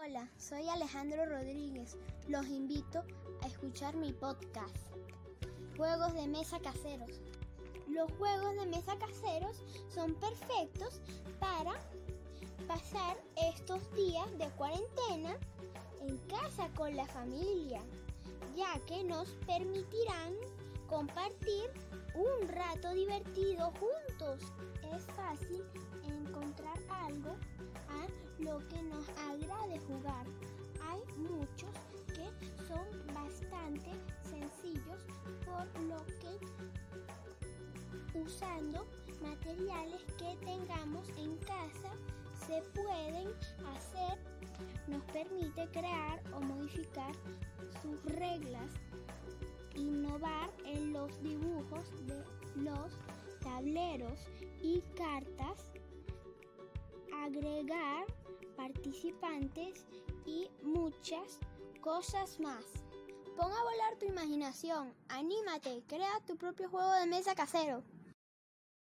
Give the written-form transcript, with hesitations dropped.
Hola, soy Alejandro Rodríguez. Los invito a escuchar mi podcast, Juegos de Mesa Caseros. Los juegos de mesa caseros son perfectos para pasar estos días de cuarentena en casa con la familia, ya que nos permitirán compartir un rato divertido juntos. Es fácil encontrar algo a lo que nos agrade jugar. Hay muchos que son bastante sencillos, por lo que usando materiales que tengamos en casa se pueden hacer. Nos permite crear o modificar sus reglas, innovar en los dibujos de los tableros y cartas, agregar participantes y muchas cosas más. Pon a volar tu imaginación, anímate, crea tu propio juego de mesa casero.